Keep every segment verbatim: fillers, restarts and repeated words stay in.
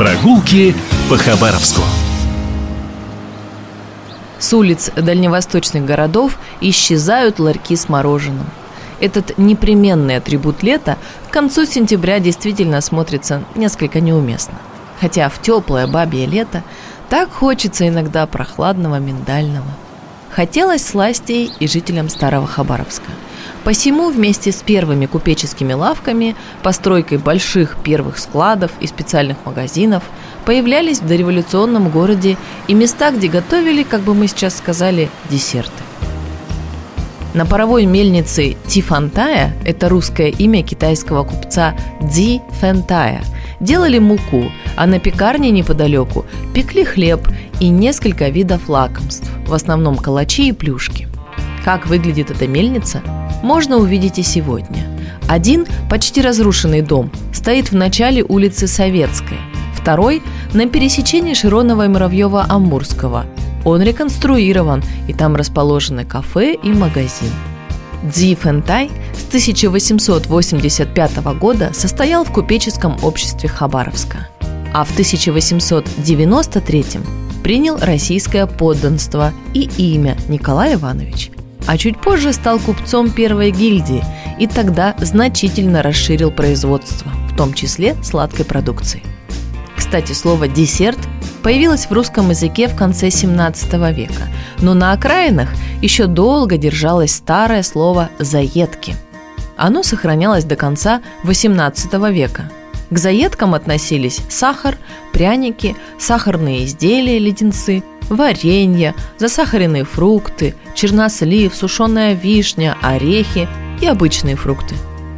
Прогулки по Хабаровску. С улиц дальневосточных городов исчезают ларьки с мороженым. Этот непременный атрибут лета к концу сентября действительно смотрится несколько неуместно. Хотя в теплое бабье лето так хочется иногда прохладного миндального. Хотелось сластей и жителям Старого Хабаровска. Посему вместе с первыми купеческими лавками, постройкой больших первых складов и специальных магазинов появлялись в дореволюционном городе и места, где готовили, как бы мы сейчас сказали, десерты. На паровой мельнице Ти Фан Тая, это русское имя китайского купца Цзи Фэн Тая, делали муку, а на пекарне неподалеку пекли хлеб и несколько видов лакомств, в основном калачи и плюшки. Как выглядит эта мельница, можно увидеть и сегодня. Один почти разрушенный дом стоит в начале улицы Советская, второй – на пересечении Широнова и Муравьева-Амурского. Он реконструирован, и там расположены кафе и магазин. Цзи Фэн Тай с тысяча восемьсот восемьдесят пятого года состоял в купеческом обществе Хабаровска, а в тысяча восемьсот девяносто третьем принял российское подданство и имя Николай Иванович, а чуть позже стал купцом первой гильдии и тогда значительно расширил производство, в том числе сладкой продукции. Кстати, слово «десерт» появилось в русском языке в конце семнадцатого века, но на окраинах еще долго держалось старое слово «заедки». Оно сохранялось до конца восемнадцатого века. К заедкам относились сахар, пряники, сахарные изделия, леденцы, варенье, засахаренные фрукты, чернослив, сушеная вишня, орехи и обычные фрукты.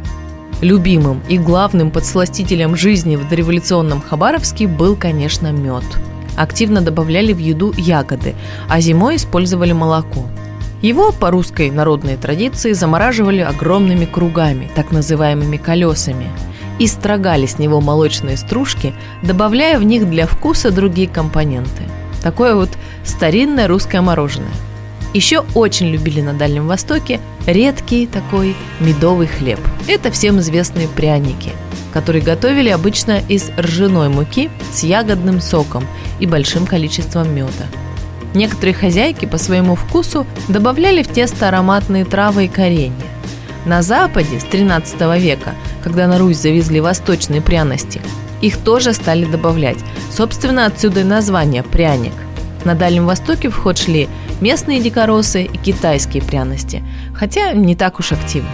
Любимым и главным подсластителем жизни в дореволюционном Хабаровске был, конечно, мед. Активно добавляли в еду ягоды, а зимой использовали молоко. Его, по русской народной традиции, замораживали огромными кругами, так называемыми колесами, и строгали с него молочные стружки, добавляя в них для вкуса другие компоненты. Такое вот старинное русское мороженое. Еще очень любили на Дальнем Востоке редкий такой медовый хлеб. Это всем известные пряники, которые готовили обычно из ржаной муки с ягодным соком и большим количеством меда. Некоторые хозяйки по своему вкусу добавляли в тесто ароматные травы и коренья. На Западе с тринадцатого века, когда на Русь завезли восточные пряности, их тоже стали добавлять. Собственно, отсюда и название «пряник». На Дальнем Востоке в ход шли местные дикоросы и китайские пряности, хотя не так уж активно.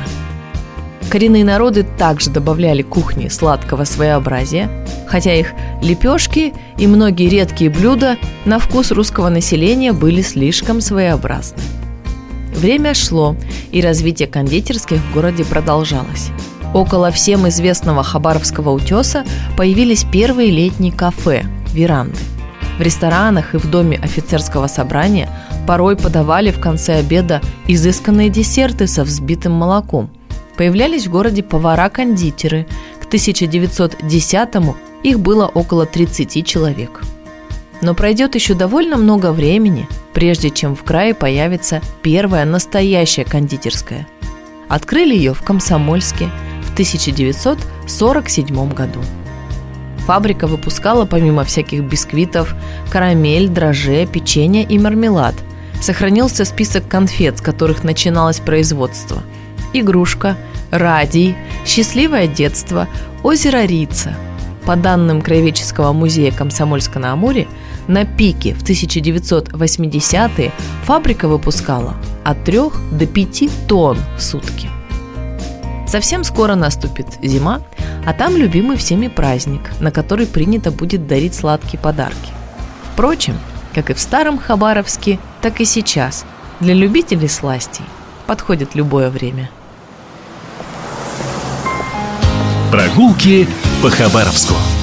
Коренные народы также добавляли к кухне сладкого своеобразия, хотя их лепешки и многие редкие блюда на вкус русского населения были слишком своеобразны. Время шло, и развитие кондитерских в городе продолжалось. Около всем известного Хабаровского утеса появились первые летние кафе, веранды. В ресторанах и в доме офицерского собрания порой подавали в конце обеда изысканные десерты со взбитым молоком. Появлялись в городе повара-кондитеры. К тысяча девятьсот десятому их было около тридцати человек. Но пройдет еще довольно много времени, прежде чем в крае появится первая настоящая кондитерская. Открыли ее в Комсомольске в тысяча девятьсот сорок седьмом году. Фабрика выпускала помимо всяких бисквитов карамель, дрожжи, печенье и мармелад. Сохранился список конфет, с которых начиналось производство: игрушка, радий, счастливое детство, озеро Рица. По данным Краеведческого музея Комсомольска-на-Амуре, на пике в тысяча девятьсот восьмидесятые фабрика выпускала от трёх до пяти тонн в сутки. Совсем скоро наступит зима, а там любимый всеми праздник, на который принято будет дарить сладкие подарки. Впрочем, как и в Старом Хабаровске, так и сейчас для любителей сластей подходит любое время. Прогулки по Хабаровску.